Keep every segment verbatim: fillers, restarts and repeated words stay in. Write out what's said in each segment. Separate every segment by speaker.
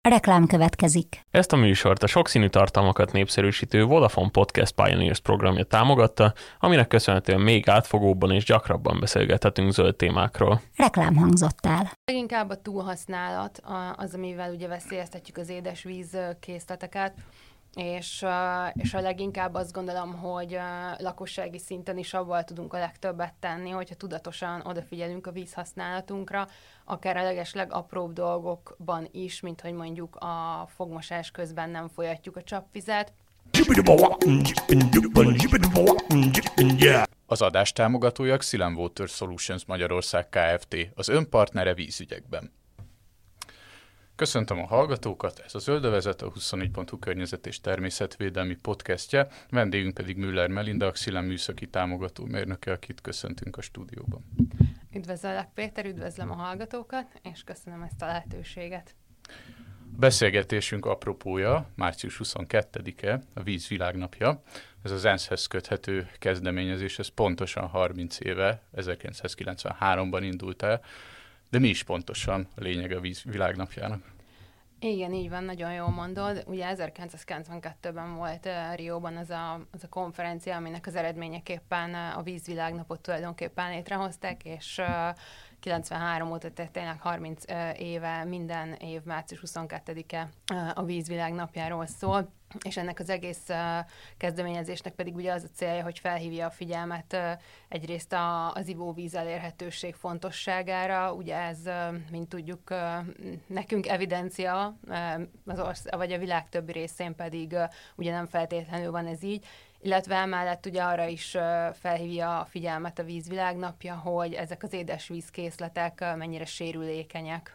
Speaker 1: Reklám következik.
Speaker 2: Ezt a műsort a sokszínű tartalmakat népszerűsítő Vodafone Podcast Pioneers programja támogatta, aminek köszönhetően még átfogóbban és gyakrabban beszélgethetünk zöld témákról.
Speaker 1: Reklám hangzott el.
Speaker 3: Leginkább a túlhasználat az, amivel ugye veszélyeztetjük az édesvíz készleteket, és, és a leginkább azt gondolom, hogy lakossági szinten is abban tudunk a legtöbbet tenni, hogyha tudatosan odafigyelünk a vízhasználatunkra, akár a legesleg apróbb dolgokban is, mint hogy mondjuk a fogmosás közben nem folyatjuk a csapvizet.
Speaker 4: Az adás támogatója Xylem Water Solutions Magyarország Kft., az önpartnere vízügyekben. Köszöntöm a hallgatókat, ez a Zöldövezet, a huszonnégy pont hu környezet- és természetvédelmi podcastje, vendégünk pedig Müller Melinda, a Xylem műszaki támogató mérnöke, akit köszöntünk a stúdióban.
Speaker 3: Üdvözöllek Péter, üdvözlöm a hallgatókat, és köszönöm ezt a lehetőséget.
Speaker 4: A beszélgetésünk apropója március huszonkettedike, a Víz Világnapja. Ez az ENSZ-hez köthető kezdeményezés, ez pontosan harminc éve, ezerkilencszázkilencvenháromban indult el. De mi is pontosan a lényeg a Víz Világnapjának?
Speaker 3: Igen, így van, nagyon jól mondod. Ugye ezerkilencszázkilencvenkettőben volt uh, Rióban az a, az a konferencia, aminek az eredményeképpen uh, a Vízvilágnapot tulajdonképpen létrehozták, és uh, kilencvenhárom óta, tehát tényleg harminc uh, éve minden év március huszonkettedike uh, a Vízvilágnapjáról szól. És ennek az egész uh, kezdeményezésnek pedig ugye az a célja, hogy felhívja a figyelmet uh, egyrészt a, az ivóvíz elérhetőség fontosságára, ugye ez, uh, mint tudjuk, uh, nekünk evidencia, uh, az orsz- vagy a világ többi részén pedig uh, ugye nem feltétlenül van ez így, illetve emellett ugye arra is uh, felhívja a figyelmet a Vízvilágnapja, hogy ezek az édesvízkészletek uh, mennyire sérülékenyek.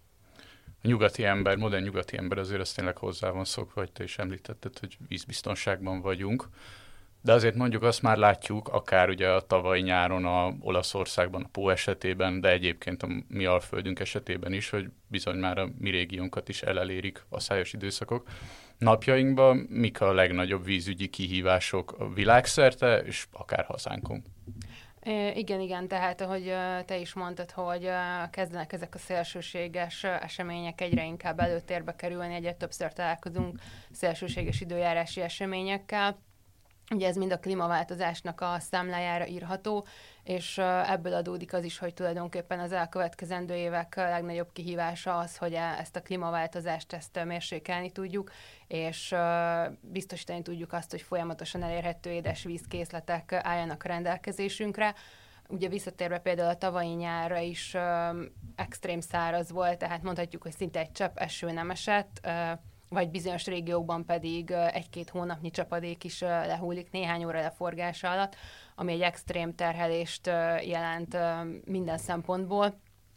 Speaker 4: A nyugati ember, modern nyugati ember azért azt tényleg hozzá van szokva, hogy te is említetted, hogy vízbiztonságban vagyunk. De azért mondjuk azt már látjuk, akár ugye a tavalyi nyáron a Olaszországban, a Pó esetében, de egyébként a mi Alföldünk esetében is, hogy bizony már a mi régiónkat is elelérik a szájos időszakok. Napjainkban mik a legnagyobb vízügyi kihívások a világszerte, és akár hazánkon?
Speaker 3: Igen, igen, tehát ahogy te is mondtad, hogy kezdenek ezek a szélsőséges események egyre inkább előtérbe kerülni, egyre többször találkozunk szélsőséges időjárási eseményekkel. Ugye ez mind a klímaváltozásnak a számlájára írható, és ebből adódik az is, hogy tulajdonképpen az elkövetkezendő évek legnagyobb kihívása az, hogy ezt a klímaváltozást ezt mérsékelni tudjuk, és biztosítani tudjuk azt, hogy folyamatosan elérhető édesvízkészletek álljanak a rendelkezésünkre. Ugye visszatérve például a tavalyi nyárra is extrém száraz volt, tehát mondhatjuk, hogy szinte egy csepp eső nem esett, vagy bizonyos régiókban pedig egy-két hónapnyi csapadék is lehullik néhány óra leforgása alatt, ami egy extrém terhelést jelent minden szempontból,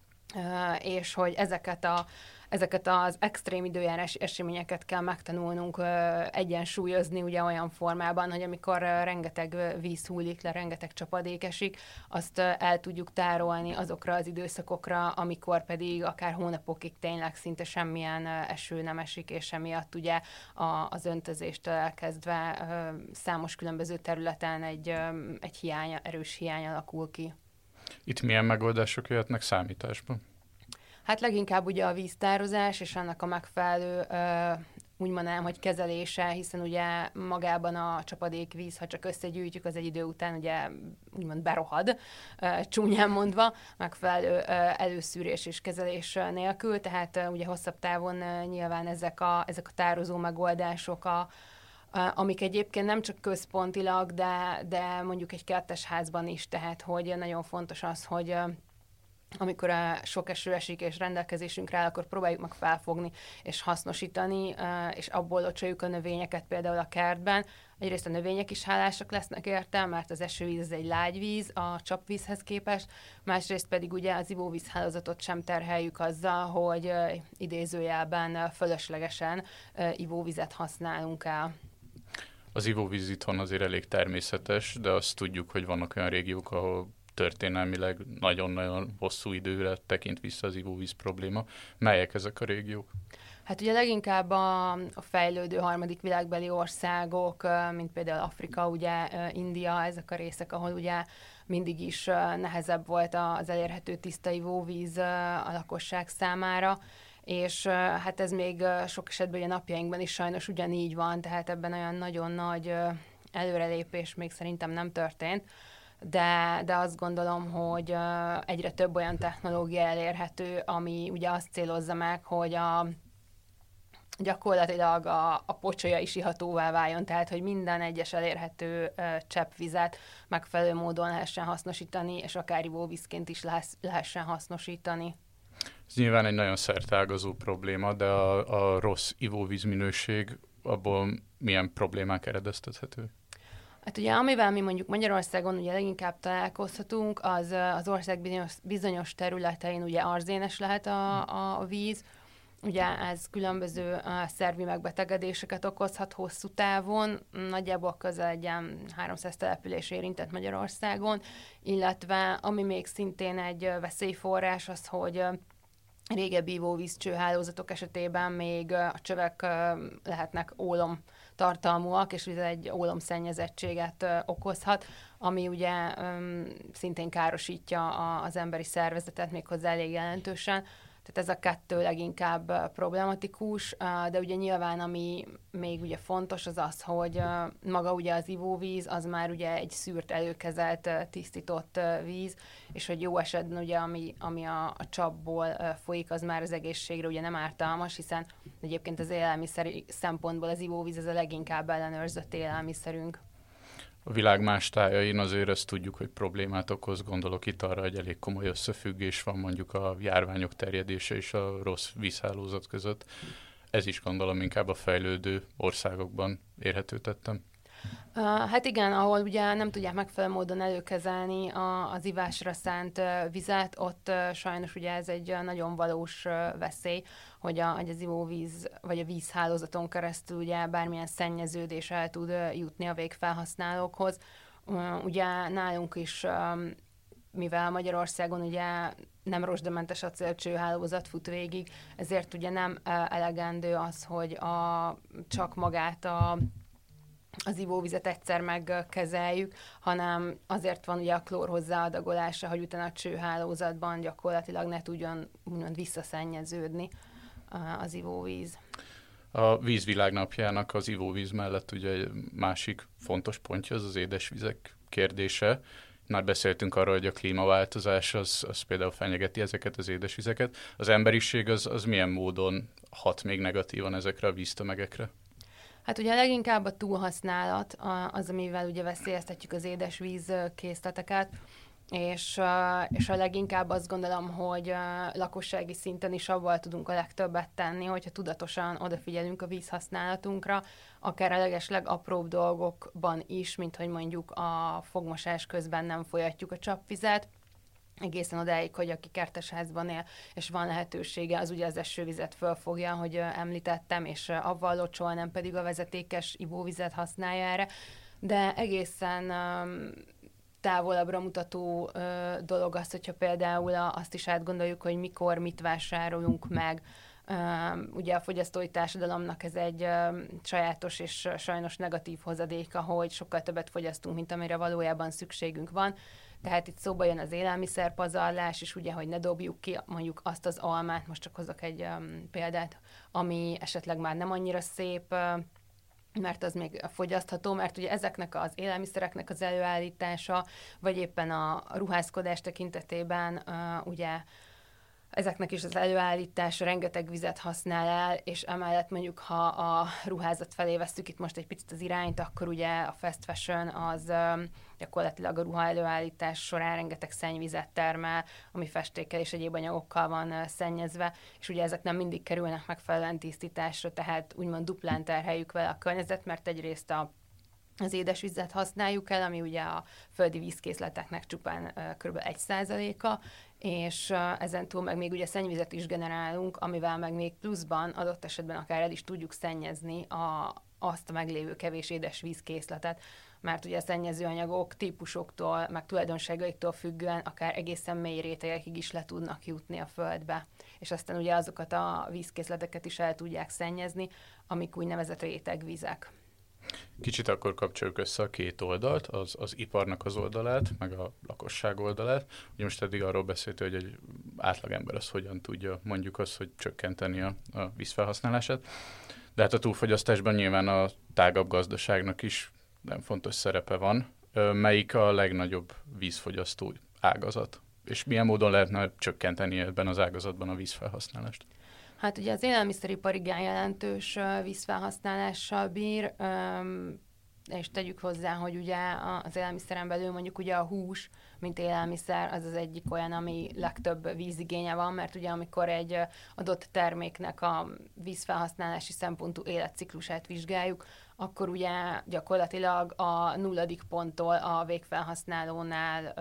Speaker 3: és hogy ezeket a Ezeket az extrém időjárási eseményeket kell megtanulnunk ö, egyensúlyozni ugye olyan formában, hogy amikor ö, rengeteg víz hullik le, rengeteg csapadék esik, azt ö, el tudjuk tárolni azokra az időszakokra, amikor pedig akár hónapokig tényleg szinte semmilyen ö, eső nem esik, és emiatt ugye a, az öntözéstől elkezdve ö, számos különböző területen egy, ö, egy hiány, erős hiány alakul ki.
Speaker 4: Itt milyen megoldások jöhetnek számításba?
Speaker 3: Hát leginkább ugye a víztározás és annak a megfelelő, úgy mondanám, hogy kezelése, hiszen ugye magában a csapadékvíz, ha csak összegyűjtjük, az egy idő után ugye úgymond berohad, csúnyán mondva, megfelelő előszűrés és kezelés nélkül, tehát ugye hosszabb távon nyilván ezek a, ezek a tározó megoldások, a, amik egyébként nem csak központilag, de, de mondjuk egy kertes házban is, tehát hogy nagyon fontos az, hogy amikor a sok eső esik és rendelkezésünkre áll, akkor próbáljuk meg felfogni és hasznosítani, és abból locsoljuk a növényeket például a kertben. Egyrészt a növények is hálásak lesznek érte, mert az esővíz az egy lágy víz a csapvízhez képest, másrészt pedig ugye az ivóvízhálózatot sem terheljük azzal, hogy idézőjelben fölöslegesen ivóvizet használunk el.
Speaker 4: Az ivóvíz itthon azért elég természetes, de azt tudjuk, hogy vannak olyan régiók, ahol történelmileg nagyon-nagyon hosszú időre tekint vissza az ivóvíz probléma. Melyek ezek a régiók?
Speaker 3: Hát ugye leginkább a, a fejlődő harmadik világbeli országok, mint például Afrika, ugye India, ezek a részek, ahol ugye mindig is nehezebb volt az elérhető tiszta ivóvíz a lakosság számára, és hát ez még sok esetben a napjainkban is sajnos ugyanígy van, tehát ebben olyan nagyon nagy előrelépés még szerintem nem történt, de, de azt gondolom, hogy egyre több olyan technológia elérhető, ami ugye azt célozza meg, hogy a gyakorlatilag a, a pocsolya is ihatóvá váljon, tehát hogy minden egyes elérhető uh, cseppvizet megfelelő módon lehessen hasznosítani, és akár ivóvízként is lehess, lehessen hasznosítani.
Speaker 4: Ez nyilván egy nagyon szerteágazó probléma, de a, a rossz ivóvízminőség, abból milyen problémák eredeztethető?
Speaker 3: Hát ugye amivel mi mondjuk Magyarországon ugye leginkább találkozhatunk, az az ország bizonyos, bizonyos területein ugye arzénes lehet a, a víz. Ugye ez különböző uh, szervi megbetegedéseket okozhat hosszú távon, nagyjából közel egy ilyen háromszáz település érintett Magyarországon, illetve ami még szintén egy uh, veszélyforrás az, hogy uh, régebbi ivóvízcsőhálózatok esetében még uh, a csövek uh, lehetnek ólom tartalmúak, és ez egy ólomszennyezettséget uh, okozhat, ami ugye um, szintén károsítja a, az emberi szervezetet méghozzá elég jelentősen. Tehát ez a kettő leginkább problematikus, de ugye nyilván ami még ugye fontos az az, hogy maga ugye az ivóvíz, az már ugye egy szűrt, előkezelt, tisztított víz, és hogy jó esetben ugye ami, ami a, a csapból folyik, az már az egészségre ugye nem ártalmas, hiszen egyébként az élelmiszeri szempontból az ivóvíz az a leginkább ellenőrzött élelmiszerünk.
Speaker 4: A világ más tájain azért ezt tudjuk, hogy problémát okoz, gondolok itt arra, hogy elég komoly összefüggés van mondjuk a járványok terjedése és a rossz vízhálózat között. Ez is gondolom inkább a fejlődő országokban érhető tettem.
Speaker 3: Uh, hát igen, ahol ugye nem tudják megfelelő módon előkezelni a, az ivásra szánt uh, vizet, ott uh, sajnos ugye ez egy uh, nagyon valós uh, veszély, hogy, a, hogy az ivóvíz vagy a vízhálózaton keresztül ugye bármilyen szennyeződés el tud uh, jutni a végfelhasználókhoz. Uh, ugye nálunk is, um, mivel Magyarországon ugye nem rozsdamentes acélcsőhálózat fut végig, ezért ugye nem uh, elegendő az, hogy a, csak magát a az ivóvizet egyszer megkezeljük, hanem azért van ugye a klór hozzáadagolása, hogy utána a csőhálózatban gyakorlatilag ne tudjon úgymond visszaszennyeződni az ivóvíz.
Speaker 4: A vízvilágnapjának az ivóvíz mellett ugye egy másik fontos pontja az az édesvizek kérdése. Már beszéltünk arról, hogy a klímaváltozás az, az például fenyegeti ezeket az édesvizeket. Az emberiség az, az milyen módon hat még negatívan ezekre a víztömegekre?
Speaker 3: Hát ugye leginkább a túlhasználat az, amivel ugye veszélyeztetjük az édesvíz készleteket, és, és a leginkább azt gondolom, hogy lakossági szinten is abban tudunk a legtöbbet tenni, hogyha tudatosan odafigyelünk a vízhasználatunkra, akár a legesleg apróbb dolgokban is, mint hogy mondjuk a fogmosás közben nem folyatjuk a csapvizet, egészen odáig, hogy aki kertesházban él, és van lehetősége, az ugye az esővizet fölfogja, hogy említettem, és avval locsol, nem pedig a vezetékes ivóvizet használja erre. De egészen um, távolabbra mutató uh, dolog az, hogyha például azt is átgondoljuk, hogy mikor mit vásárolunk meg. Uh, ugye a fogyasztói társadalomnak ez egy uh, sajátos és sajnos negatív hozadéka, hogy sokkal többet fogyasztunk, mint amire valójában szükségünk van. Tehát itt szóba jön az élelmiszerpazarlás, és ugye, hogy ne dobjuk ki mondjuk azt az almát, most csak hozok egy um, példát, ami esetleg már nem annyira szép, uh, mert az még fogyasztható, mert ugye ezeknek az élelmiszereknek az előállítása, vagy éppen a ruházkodás tekintetében uh, ugye ezeknek is az előállítása rengeteg vizet használ el, és emellett mondjuk, ha a ruházat felé vesszük itt most egy picit az irányt, akkor ugye a fast fashion az um, gyakorlatilag a ruha előállítás során rengeteg szennyvizet termel, ami festékkel és egyéb anyagokkal van uh, szennyezve, és ugye ezek nem mindig kerülnek megfelelően tisztításra, tehát úgymond duplán terheljük vele a környezet, mert egyrészt a az édesvizet használjuk el, ami ugye a földi vízkészleteknek csupán uh, kb. egy százaléka, és uh, ezentúl meg még ugye szennyvizet is generálunk, amivel meg még pluszban adott esetben akár el is tudjuk szennyezni a, azt a meglévő kevés édes vízkészletet, mert ugye a szennyezőanyagok típusoktól, meg tulajdonságaiktól függően akár egészen mély rétegekig is le tudnak jutni a földbe, és aztán ugye azokat a vízkészleteket is el tudják szennyezni, amik úgynevezett rétegvizek.
Speaker 4: Kicsit akkor kapcsoljuk össze a két oldalt, az, az iparnak az oldalát, meg a lakosság oldalát. Ugye most eddig arról beszélt, hogy egy átlagember az hogyan tudja mondjuk azt, hogy csökkenteni a, a vízfelhasználását. De hát a túlfogyasztásban nyilván a tágabb gazdaságnak is nem fontos szerepe van. Melyik a legnagyobb vízfogyasztó ágazat? És milyen módon lehetne csökkenteni ebben az ágazatban a vízfelhasználást?
Speaker 3: Hát ugye az élelmiszeripar igen jelentős vízfelhasználással bír, és tegyük hozzá, hogy ugye az élelmiszeren belül mondjuk ugye a hús, mint élelmiszer, az az egyik olyan, ami legtöbb vízigénye van, mert ugye amikor egy adott terméknek a vízfelhasználási szempontú életciklusát vizsgáljuk, akkor ugye gyakorlatilag a nulladik ponttól a végfelhasználónál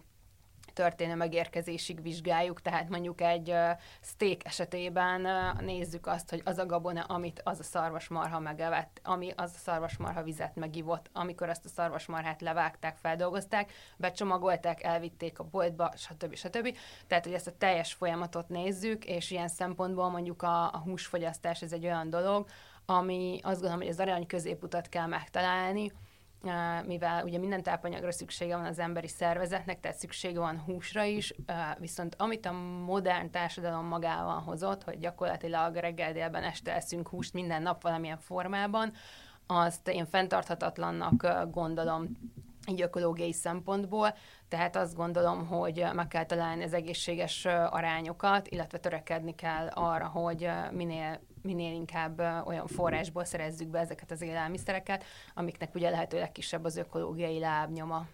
Speaker 3: történő megérkezésig vizsgáljuk, tehát mondjuk egy uh, steak esetében uh, nézzük azt, hogy az a gabona, amit az a szarvasmarha megevett, ami az a szarvasmarha vizet megivott, amikor azt a szarvasmarhát levágták, feldolgozták, becsomagolták, elvitték a boltba, stb. stb. Tehát, hogy ezt a teljes folyamatot nézzük, és ilyen szempontból mondjuk a, a húsfogyasztás ez egy olyan dolog, ami azt gondolom, hogy az arany középutat kell megtalálni, mivel ugye minden tápanyagra szüksége van az emberi szervezetnek, tehát szüksége van húsra is, viszont amit a modern társadalom magával hozott, hogy gyakorlatilag reggel, délben, este eszünk húst minden nap valamilyen formában, azt én fenntarthatatlannak gondolom így ökológiai szempontból, tehát azt gondolom, hogy meg kell találni az egészséges arányokat, illetve törekedni kell arra, hogy minél minél inkább olyan forrásból szerezzük be ezeket az élelmiszereket, amiknek ugye lehetőleg kisebb az ökológiai lábnyoma.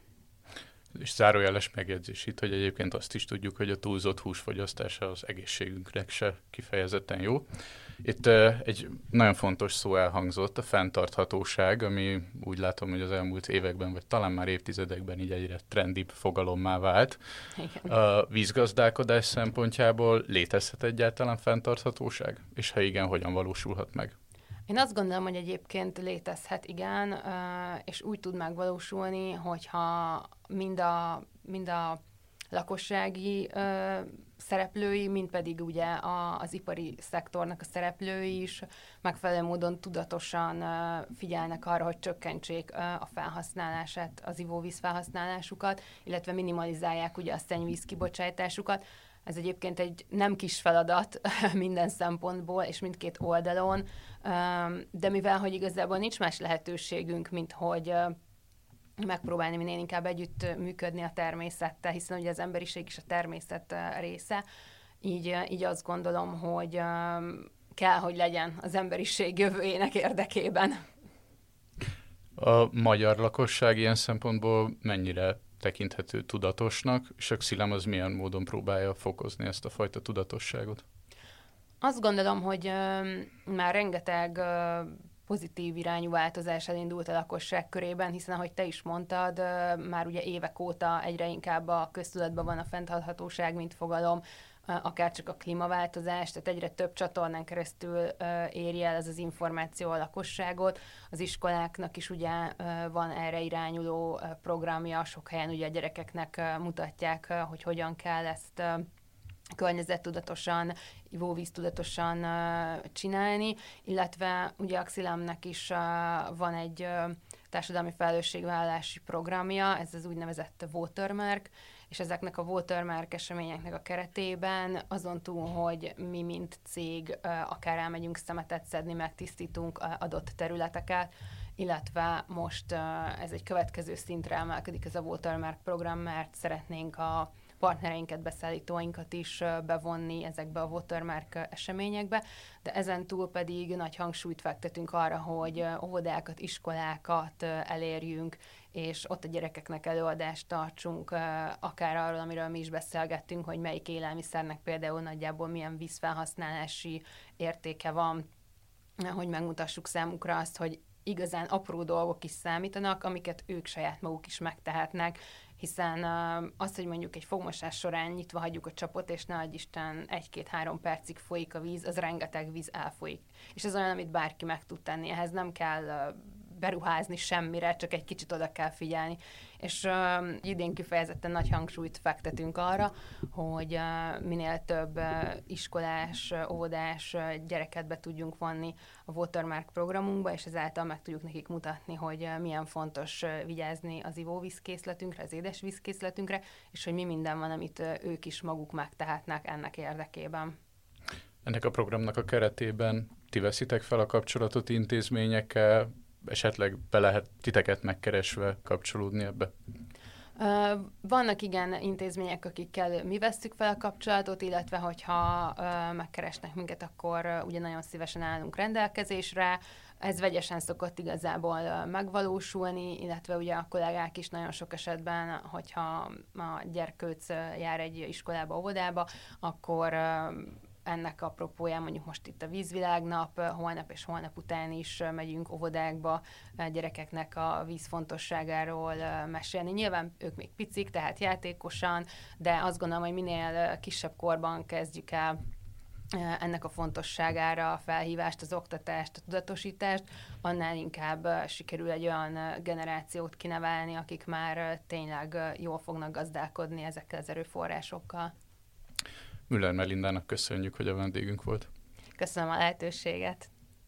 Speaker 4: És zárójeles megjegyzés itt, hogy egyébként azt is tudjuk, hogy a túlzott húsfogyasztása az egészségünknek se kifejezetten jó. Itt uh, egy nagyon fontos szó elhangzott, a fenntarthatóság, ami úgy látom, hogy az elmúlt években, vagy talán már évtizedekben így egyre trendibb fogalommá vált. Igen. A vízgazdálkodás szempontjából létezhet egyáltalán fenntarthatóság? És ha igen, hogyan valósulhat meg?
Speaker 3: Én azt gondolom, hogy egyébként létezhet, igen, és úgy tud megvalósulni, hogyha mind a, mind a lakossági szereplői, mind pedig ugye az ipari szektornak a szereplői is megfelelő módon tudatosan figyelnek arra, hogy csökkentsék a felhasználását, az ivóvíz felhasználásukat, illetve minimalizálják ugye a szennyvíz kibocsátásukat. Ez egyébként egy nem kis feladat minden szempontból, és mindkét oldalon, de mivel, hogy igazából nincs más lehetőségünk, mint hogy megpróbálni minél inkább együtt működni a természettel, hiszen ugye az emberiség is a természet része, így, így azt gondolom, hogy kell, hogy legyen az emberiség jövőjének érdekében.
Speaker 4: A magyar lakosság ilyen szempontból mennyire tekinthető tudatosnak, és a Xylem az milyen módon próbálja fokozni ezt a fajta tudatosságot?
Speaker 3: Azt gondolom, hogy ö, már rengeteg ö, pozitív irányú változás elindult a lakosság körében, hiszen ahogy te is mondtad, ö, már ugye évek óta egyre inkább a köztudatban van a fenntarthatóság, mint fogalom, akár csak a klímaváltozás, tehát egyre több csatornán keresztül éri el ez az információ a lakosságot. Az iskoláknak is ugye van erre irányuló programja, sok helyen ugye a gyerekeknek mutatják, hogy hogyan kell ezt környezettudatosan, ivóvíztudatosan csinálni, illetve ugye a Xylemnek is van egy társadalmi felelősségvállalási programja, ez az úgynevezett Watermark, és ezeknek a Watermark eseményeknek a keretében azon túl, hogy mi, mint cég, akár elmegyünk szemetet szedni, megtisztítunk adott területeket, illetve most ez egy következő szintre emelkedik ez a Watermark program, mert szeretnénk a partnereinket, beszállítóinkat is bevonni ezekbe a Watermark eseményekbe, de ezen túl pedig nagy hangsúlyt fektetünk arra, hogy óvodákat, iskolákat elérjünk, és ott a gyerekeknek előadást tartsunk, akár arról, amiről mi is beszélgettünk, hogy melyik élelmiszernek például nagyjából milyen vízfelhasználási értéke van, hogy megmutassuk számukra azt, hogy igazán apró dolgok is számítanak, amiket ők saját maguk is megtehetnek, hiszen az, hogy mondjuk egy fogmosás során nyitva hagyjuk a csapot, és ne adj Isten egy-két-három percig folyik a víz, az rengeteg víz elfolyik. És ez olyan, amit bárki meg tud tenni. Ehhez nem kell beruházni semmire, csak egy kicsit oda kell figyelni. És uh, idén kifejezetten nagy hangsúlyt fektetünk arra, hogy uh, minél több uh, iskolás, uh, óvodás uh, gyereket be tudjunk vonni a Watermark programunkba, és ezáltal meg tudjuk nekik mutatni, hogy uh, milyen fontos uh, vigyázni az ivóvízkészletünkre, az édesvízkészletünkre, és hogy mi minden van, amit uh, ők is maguk megtehetnek ennek érdekében.
Speaker 4: Ennek a programnak a keretében ti veszitek fel a kapcsolatot intézményekkel, esetleg be lehet titeket megkeresve kapcsolódni ebbe?
Speaker 3: Uh, vannak igen intézmények, akikkel mi vesszük fel a kapcsolatot, illetve hogyha uh, megkeresnek minket, akkor uh, ugye nagyon szívesen állunk rendelkezésre. Ez vegyesen szokott igazából uh, megvalósulni, illetve ugye a kollégák is nagyon sok esetben, hogyha a gyerkőc uh, jár egy iskolába, óvodába, akkor uh, ennek apropóján mondjuk most itt a vízvilágnap, holnap és holnap után is megyünk óvodákba gyerekeknek a víz fontosságáról mesélni. Nyilván ők még picik, tehát játékosan, de azt gondolom, hogy minél kisebb korban kezdjük el ennek a fontosságára a felhívást, az oktatást, a tudatosítást, annál inkább sikerül egy olyan generációt kinevelni, akik már tényleg jól fognak gazdálkodni ezekkel az erőforrásokkal.
Speaker 4: Müller Melindának köszönjük, hogy a vendégünk volt.
Speaker 3: Köszönöm a lehetőséget.